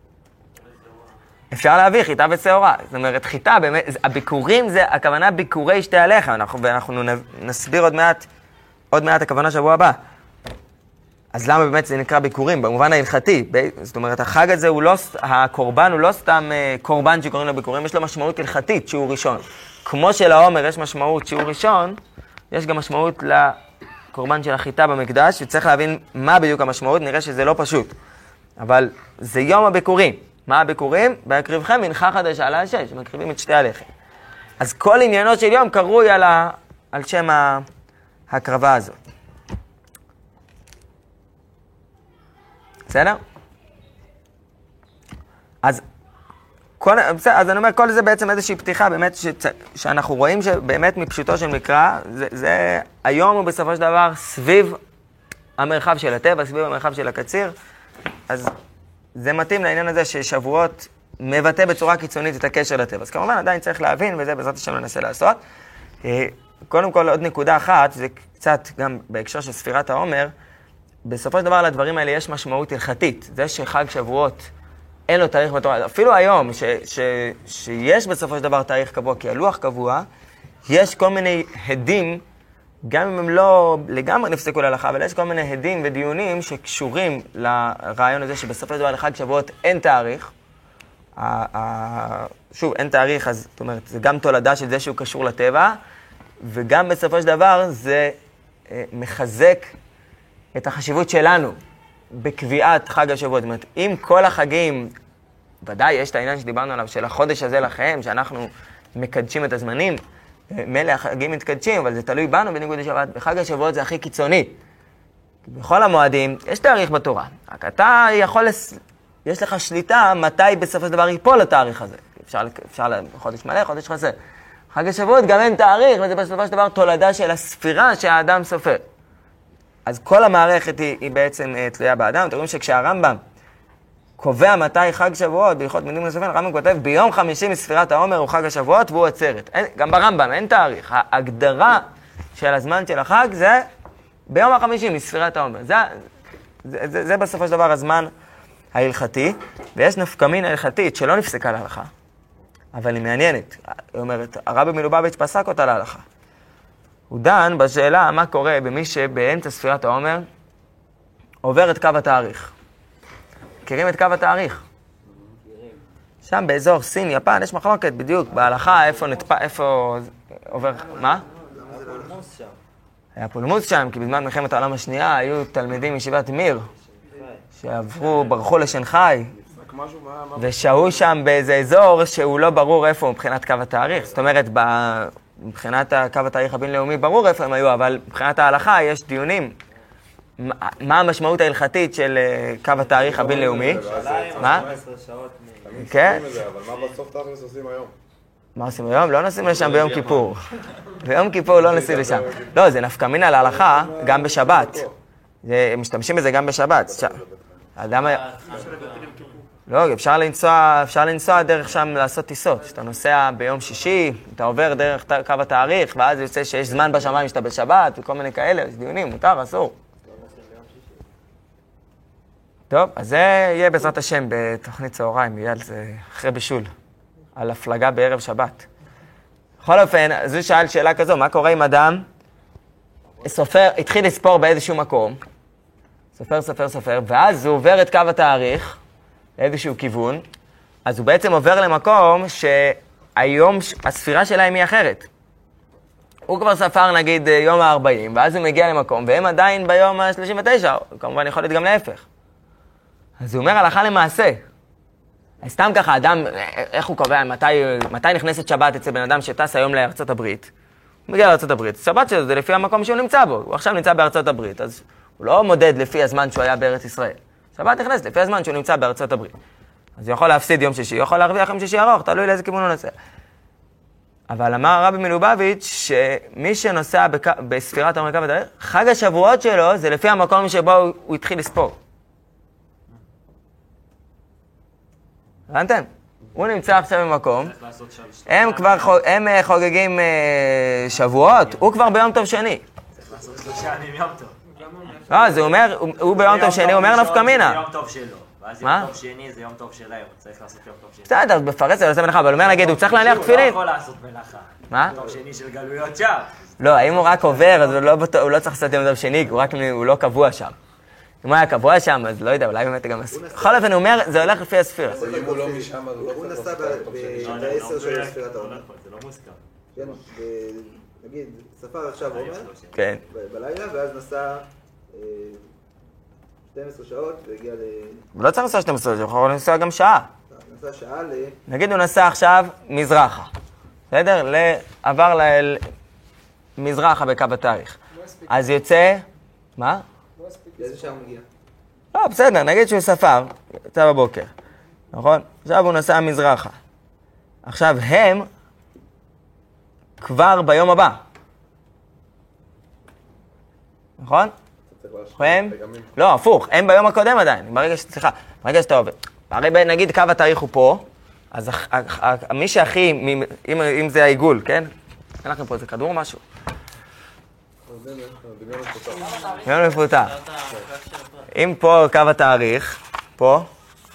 אפשר להביא חיטה ושעורה. זאת אומרת, חיטה, באמת, הביקורים זה הכוונה ביקורי שתי הלחם, אנחנו, ואנחנו נסביר עוד מעט, עוד מעט הכוונה שבוע הבא. אז למה באמת זה נקרא ביקורים? במובן ההלכתי, זאת אומרת, החג הזה הוא לא, הקורבן הוא לא סתם קורבן שקוראים לו ביקורים, יש לו משמעות הלכתית, שיעור ראשון. כמו שלעומר יש משמעות שיעור ראשון, יש גם משמעות לקורבן של החיטה במקדש, וצריך להבין מה בדיוק המשמעות, נראה שזה לא פשוט. אבל זה יום הביקורים. מה הביקורים? בהקריבכם מנחה חדשה להשם, שמקריבים את שתי הלחם. אז כל עניינו של יום קרוי על, ה... על שם ההקרבה הזאת. בסדר? אז, כל, בסדר, אז אני אומר, כל זה בעצם איזושהי פתיחה, באמת, ש, שאנחנו רואים שבאמת מפשוטו של מקרא, זה, זה היום הוא בסופו של דבר סביב המרחב של הטבע, סביב המרחב של הקציר, אז זה מתאים לעניין הזה ששבועות מבטא בצורה קיצונית את הקשר לטבע. אז כמובן עדיין צריך להבין, וזה בעזרת השם ננסה לעשות. קודם כל, עוד נקודה אחת, זה קצת גם בהקשר של ספירת העומר, בסופו של דבר לדברים האלה יש משמעות הלכתית. זה שחג שבועות אין לו תאריך בתורה. אפילו היום, ש, ש, שיש בסופו של דבר תאריך קבוע, כי הלוח קבוע, יש כל מיני הדים, גם אם הם לא לגמרי נפסקו להלכה, אבל יש כל מיני הדים ודיונים שקשורים לרעיון הזה שבסופו של דבר לחג שבועות אין תאריך. שוב, אין תאריך, אז זאת אומרת, זה גם תולדה של זה שהוא קשור לטבע, וגם בסופו של דבר זה מחזק את החשיבות שלנו בקביעת חג השבועות. זאת אומרת, אם כל החגים, ודאי יש את העניין שדיברנו עליו, של החודש הזה לכם, שאנחנו מקדשים את הזמנים, מלא החגים מתקדשים, אבל זה תלוי בנו בניגוד לשבת. בחג השבועות זה הכי קיצוני. בכל המועדים יש תאריך בתורה. רק אתה יכול, לס... יש לך שליטה מתי בסופו של דבר ייפול התאריך הזה. אפשר, אפשר לחודש מלא, חודש חסר. חג השבועות גם אין תאריך, וזה בסופו של דבר תולדה של הספירה שהאדם סופר. אז כל המערכת היא, היא בעצם uh, תלויה באדם. אתם רואים שכשהרמב"ם קובע מתי חג שבועות, בהלכות מינים נוספים, הרמב"ם כותב ביום חמישי מספירת העומר הוא חג השבועות והוא עצרת. אין, גם ברמב"ם אין תאריך. ההגדרה של הזמן של החג זה ביום החמישי מספירת העומר. זה, זה, זה, זה בסופו של דבר הזמן ההלכתי, ויש נפקמין הלכתית שלא נפסקה להלכה, אבל היא מעניינת. היא אומרת, הרבי מלובביץ' פסק אותה להלכה. הוא דן בשאלה מה קורה במי שבאמצע ספירת העומר עובר את קו התאריך. מכירים את קו התאריך? שם באזור סין, יפן, יש מחלוקת בדיוק בהלכה איפה נתפ... איפה עובר... מה? היה פולמוס שם, כי בזמן מלחמת העולם השנייה היו תלמידים מישיבת מיר שעברו, ברחו לשנגחאי ושהו שם באיזה אזור שהוא לא ברור איפה מבחינת קו התאריך. זאת אומרת, מבחינת קו התאריך הבינלאומי ברור איפה הם היו, אבל מבחינת ההלכה יש דיונים. מה המשמעות ההלכתית של קו התאריך הבינלאומי? מה? כן? אבל מה בסוף תכלס עושים היום? מה עושים היום? לא נסים לשם ביום כיפור. ביום כיפור לא נסים לשם. לא, זה נפקא מינה להלכה גם בשבת. משתמשים בזה גם בשבת. האדם היה... לא, אפשר לנסוע, אפשר לנסוע דרך שם לעשות טיסות. כשאתה נוסע ביום שישי, אתה עובר דרך קו התאריך, ואז יוצא שיש זמן בשמיים שאתה בשבת, וכל מיני כאלה, יש דיונים, מותר, אסור. טוב, אז זה יהיה בעזרת השם בתוכנית צהריים, יהיה על זה אחרי בישול, על הפלגה בערב שבת. בכל אופן, אז הוא שאל שאלה כזו, מה קורה אם אדם סופר, התחיל לספור באיזשהו מקום, סופר, סופר, סופר, ואז הוא עובר את קו התאריך, לאיזשהו כיוון, אז הוא בעצם עובר למקום שהיום הספירה שלהם היא אחרת. הוא כבר ספר נגיד יום ה-ארבעים, ואז הוא מגיע למקום, והם עדיין ביום ה-שלושים ותשע, כמובן יכול להיות גם להפך. אז הוא אומר הלכה למעשה. אז סתם ככה, אדם, איך הוא קובע, מתי, מתי נכנסת שבת אצל בן אדם שטס היום לארצות הברית? הוא מגיע לארצות הברית, שבת שלו זה לפי המקום שהוא נמצא בו, הוא עכשיו נמצא בארצות הברית, אז הוא לא מודד לפי הזמן שהוא היה בארץ ישראל. שבת נכנס לפי הזמן שהוא נמצא בארצות הברית. אז הוא יכול להפסיד יום שישי, הוא יכול להרוויח יום שישי ארוך, תלוי לאיזה כיוון הוא נוסע. אבל אמר הרבי מלובביץ' שמי שנוסע בק... בספירת העומר קו התאריך, חג השבועות שלו זה לפי המקום שבו הוא, הוא התחיל לספור. הבנתם? הוא נמצא עכשיו במקום, הם כבר חוג... הם חוגגים שבועות, הוא כבר ביום טוב שני. צריך לעשות שלושה ימים יום טוב. לא, זה אומר, הוא ביום טוב שני, הוא אומר נפקא מינה. זה יום טוב שלו, ואז יום טוב שני זה יום טוב שלהם, צריך לעשות יום טוב שני. בסדר, בפרס זה לא עושה מלאכה, אבל הוא אומר, נגיד, הוא צריך להניח תפילין. הוא לא יכול לעשות מלאכה. מה? יום טוב שני של גלויות שם. לא, אם הוא רק עובר, אז הוא לא צריך לעשות יום טוב שני, הוא לא קבוע שם. אם הוא היה קבוע שם, אז לא יודע, אולי באמת גם... בכל אופן, הוא אומר, זה הולך לפי הספירה. אם הוא לא משם, אז הוא לא נסע בעשר של ספירת העומר. זה לא מוסכם. כן, נגיד, ספר עכשיו עומר, כן. בלילה, ואז נסע שתים עשרה שעות והגיע ל... הוא לא צריך לנסוע שתים עשרה שעות, הוא יכול לנסוע גם שעה. נסע שעה ל... נגיד, הוא נסע עכשיו מזרחה. בסדר? עבר למזרחה בקו התאריך. אז יוצא... מה? לאיזה שעה הוא מגיע? לא, בסדר, נגיד שהוא ספר, יצא בבוקר, נכון? עכשיו הוא נסע מזרחה. עכשיו הם כבר ביום הבא. נכון? הם? לא, הפוך, הם ביום הקודם עדיין. ברגע ש... סליחה, ברגע שאתה עובד. הרי נגיד קו התאריך הוא פה, אז מי שהכי, אם זה העיגול, כן? אין לכם פה איזה כדור או משהו? דמיון מפותח. אם פה קו התאריך, פה,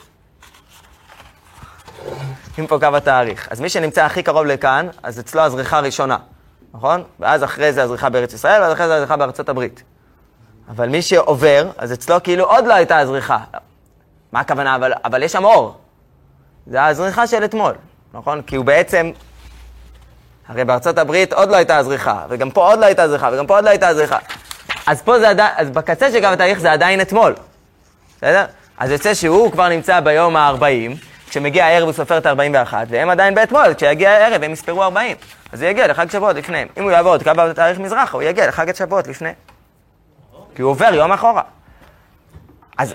אם פה קו התאריך, אז מי שנמצא הכי קרוב לכאן, אז אצלו הזריחה ראשונה, נכון? ואז אחרי זה הזריחה בארץ ישראל, ואז אחרי זה הזריחה בארצות הברית. אבל מי שעובר, אז אצלו כאילו עוד לא הייתה הזריחה. מה הכוונה? אבל, אבל יש שם אור. זה הזריחה של אתמול, נכון? כי הוא בעצם... הרי בארצות הברית עוד לא הייתה הזריחה, וגם פה עוד לא הייתה הזריחה, וגם פה עוד לא הייתה הזריחה. אז פה זה עדיין, אז בקצה של קו התאריך זה עדיין אתמול. בסדר? אז יוצא שהוא כבר נמצא ביום ה-ארבעים, כשמגיע הערב הוא סופר את ה-ארבעים ואחת, והם עדיין באתמול, כשיגיע הערב הם יספרו ארבעים. אז הוא יגיע לחג שבועות לפניהם. אם הוא יעבור את קו התאריך מזרחה, הוא יגיע לחג שבועות לפני. כי הוא עובר יום אחורה. אז...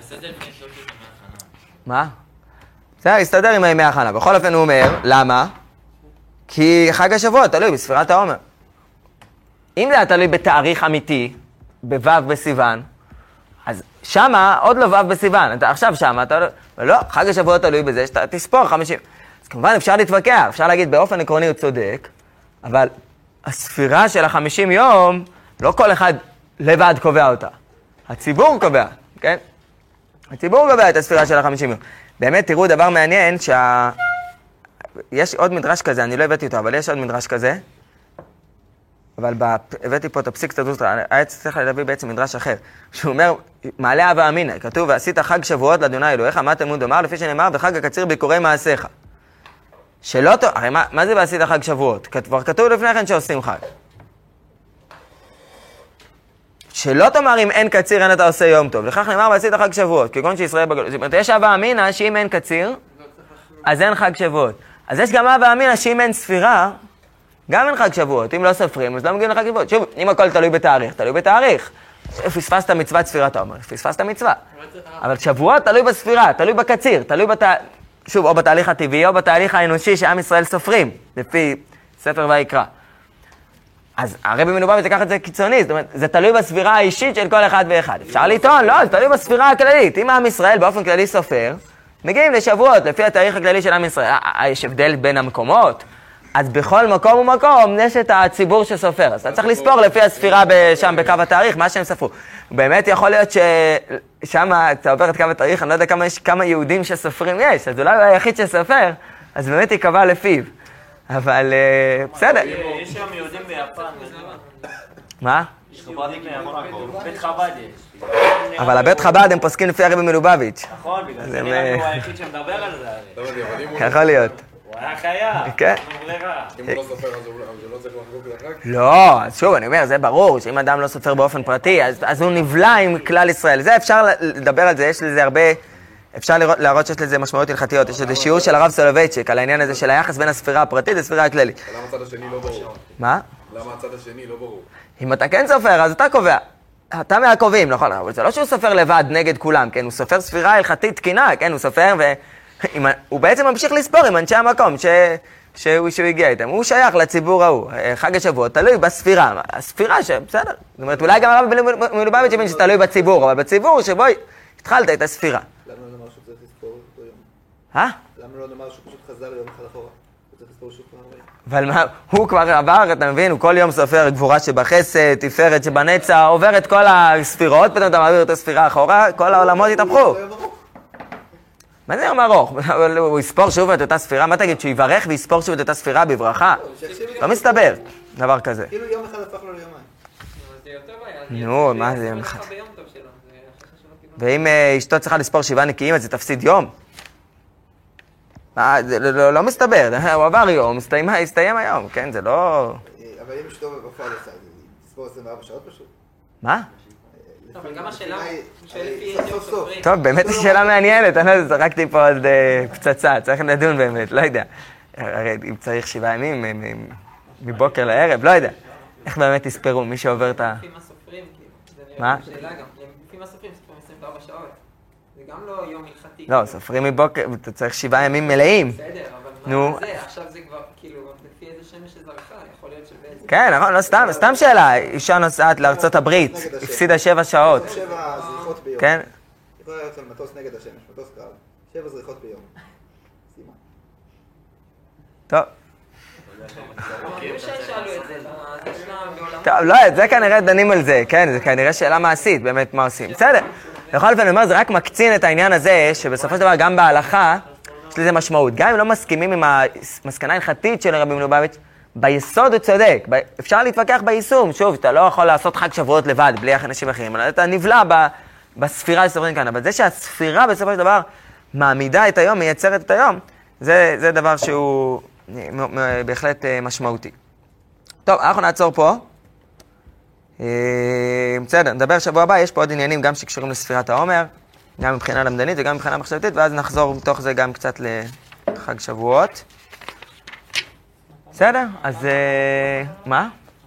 מה? בסדר, יסתדר עם הימי הכנה. בכל אופן הוא אומר, למה? כי חג השבועות תלוי בספירת העומר. אם זה היה תלוי בתאריך אמיתי, בו' בסיוון, אז שמה עוד לא ו' בסיוון, אתה עכשיו שמה, אתה לא, לא, חג השבועות תלוי בזה שאתה תספור חמישים. אז כמובן אפשר להתווכח, אפשר להגיד באופן עקרוני הוא צודק, אבל הספירה של החמישים יום, לא כל אחד לבד קובע אותה. הציבור קובע, כן? הציבור קובע את הספירה של החמישים יום. באמת תראו דבר מעניין שה... יש עוד מדרש כזה, אני לא הבאתי אותו, אבל יש עוד מדרש כזה, אבל הבאתי פה את הפסיק סטטוס, היה צריך להביא בעצם מדרש אחר, שהוא אומר, מעלה הווה אמינא, כתוב, ועשית חג שבועות לאדוני אלוהיך, מה תלמוד לומר, לפי שנאמר, וחג הקציר ביקורי מעשיך. שלא, הרי מה, מה זה ועשית חג שבועות? כבר כתוב לפני כן שעושים חג. שלא תאמר אם אין קציר, אין אתה עושה יום טוב. לכך נאמר ועשית חג שבועות, כגון שישראל בגלות. זאת אומרת, יש הווה אמינא שאם אין קציר, אז אין חג שבועות. אז יש גם הווה אמינא שאם אין ספירה, גם אין חג שבועות. אם לא סופרים, אז לא מגיעים לחג שבועות. שוב, אם הכל תלוי בתאריך, תלוי בתאריך. פספסת מצוות ספירת העומר, פספסת מצווה. אבל שבועות תלוי בספירה, תלוי בקציר, תלוי בת... שוב, או בתהליך הטבעי או בתהליך האנושי שעם ישראל סופרים, לפי ספר ויקרא. אז הרבי מלובביץ' לקח את זה קיצוני, זאת אומרת, זה תלוי בספירה האישית של כל אחד ואחד. אפשר לטעון, לא, זה תלוי בספירה הכללית. אם עם ישראל באופן כללי סופר, מגיעים לשבועות, לפי התאריך הכללי של עם ישראל. יש הבדל בין המקומות, אז בכל מקום ומקום יש את הציבור שסופר. אז אתה צריך לספור לפי הספירה שם בקו התאריך, מה שהם ספרו. באמת יכול להיות ששם אתה עובר את קו התאריך, אני לא יודע כמה, יש, כמה יהודים שסופרים יש, אז אולי הוא היחיד שסופר, אז באמת יקבע לפיו. אבל בסדר. יש שם יהודים ביפן. מה? יש חב"דים בהמון מקום. בית חב"ד יש. אבל הבית חב"ד הם פוסקים לפי הרבי מלובביץ'. נכון, בגלל זה נראה לי הוא היחיד שמדבר על זה. יכול להיות. הוא היה חיה. כן. אם הוא לא סופר אז הוא לא צריך לחגוג לחג? לא, אז שוב, אני אומר, זה ברור, שאם אדם לא סופר באופן פרטי, אז, אז הוא נבלע עם כלל ישראל. זה אפשר לדבר על זה, יש לזה הרבה, אפשר לראות, להראות שיש לזה משמעויות הלכתיות. יש לזה שיעור של הרב סולובייצ'יק על העניין הזה של היחס בין הספירה הפרטית לספירה הכללית. למה הצד השני לא ברור? מה? למה הצד השני לא ברור? אם אתה כן סופר, אז אתה קובע. אתה מהקובעים, נכון? אבל זה לא שהוא סופר לבד נגד כולם, כן? הוא סופר ספירה הלכתית תקינה, כן? הוא סופר ו... הוא בעצם ממשיך לספור עם אנשי המקום ש... שהוא, שהוא הגיע איתם. הוא שייך לציבור ההוא. חג השבועות תלוי בספירה. הספירה שבסדר. זאת אומרת, אולי גם הרב מלובביץ' הבין שתלוי בציבור, אבל בציבור שבו התחלת את הספירה. למה לא נאמר שהוא צריך לספור אותו יום? אה? למה לא נאמר שהוא פשוט חזר יום אחד אחורה? הוא צריך לספור שוב פעם רגע. אבל מה, הוא כבר עבר, אתה מבין, הוא כל יום סופר גבורה שבחסד, תפארת שבנצח, עובר את כל הספירות, פתאום אתה מעביר את הספירה אחורה, כל העולמות התהפכו. מה זה יום ארוך? הוא יספור שוב את אותה ספירה? מה תגיד, שהוא יברך ויספור שוב את אותה ספירה בברכה? לא מסתבר, דבר כזה. כאילו יום אחד הפך לו ליומיים. זה יותר בעיה. נו, מה זה יום אחד? ואם אשתו צריכה לספור שבעה נקיים, אז זה תפסיד יום? זה לא מסתבר, הוא עבר יום, הסתיים היום, כן? זה לא... אבל אם אשתו בפועל עושה, תספור עשרים וארבע שעות פשוט? מה? אבל גם השאלה, שואל לפי איזה סופרים. טוב, באמת היא שאלה מעניינת, אני לא יודע, זרקתי פה עוד פצצה, צריך לדון באמת, לא יודע. הרי אם צריך שבעה ימים, מבוקר לערב, לא יודע. איך באמת תספרו, מי שעובר את ה... לפי מה סופרים, כאילו. מה? שאלה גם, לפי מה סופרים, סופרים עשרים וארבע שעות. זה גם לא יום הלכתי. לא, סופרים מבוקר, אתה צריך שבעה ימים מלאים. בסדר, אבל נו. מה זה? עכשיו זה כבר, כאילו, לפי איזה שמש שזרחה, יכול להיות שבאיזה... כן, נכון, לא סתם, סתם שאלה. אישה נוסעת לארצות הברית, הפסידה שבע שעות. שבע זריחות ביום. כן? יכולה להיות על מטוס נגד השמש, מטוס קרב. שבע זריחות ביום. סימן. טוב. כאילו שישאלו את זה, בעולם... טוב, לא, את זה כנראה דנים על זה, כן? זה כנראה שאלה מעשית, באמת, מה עושים. בסדר. בכל אופן, אני אומר, זה רק מקצין את העניין הזה, שבסופו של דבר, גם בהלכה, יש לזה משמעות. גם אם לא מסכימים עם המסקנה ההלכתית של הרבי מלובביץ', ביסוד הוא צודק. אפשר להתווכח ביישום. שוב, אתה לא יכול לעשות חג שבועות לבד, בלי אנשים אחרים. אתה נבלע בספירה שסופרים כאן. אבל זה שהספירה בסופו של דבר מעמידה את היום, מייצרת את היום, זה, זה דבר שהוא בהחלט משמעותי. טוב, אנחנו נעצור פה. בסדר, נדבר שבוע הבא, יש פה עוד עניינים גם שקשורים לספירת העומר, גם מבחינה למדנית וגם מבחינה מחשבתית, ואז נחזור בתוך זה גם קצת לחג שבועות. בסדר? אז מה?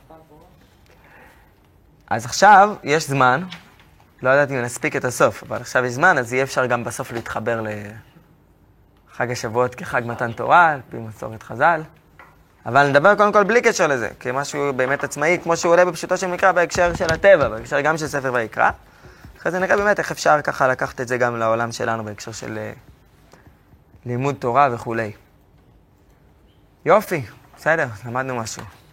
אז עכשיו יש זמן, לא יודעת אם נספיק את הסוף, אבל עכשיו יש זמן, אז יהיה אפשר גם בסוף להתחבר לחג השבועות כחג מתן תורה, על פי מסורת חז"ל. אבל נדבר קודם כל בלי קשר לזה, כמשהו באמת עצמאי, כמו שהוא עולה בפשוטו של מקרא בהקשר של הטבע, בהקשר גם של ספר ויקרא. אחרי זה נראה באמת איך אפשר ככה לקחת את זה גם לעולם שלנו בהקשר של לימוד תורה וכולי. יופי, בסדר, למדנו משהו.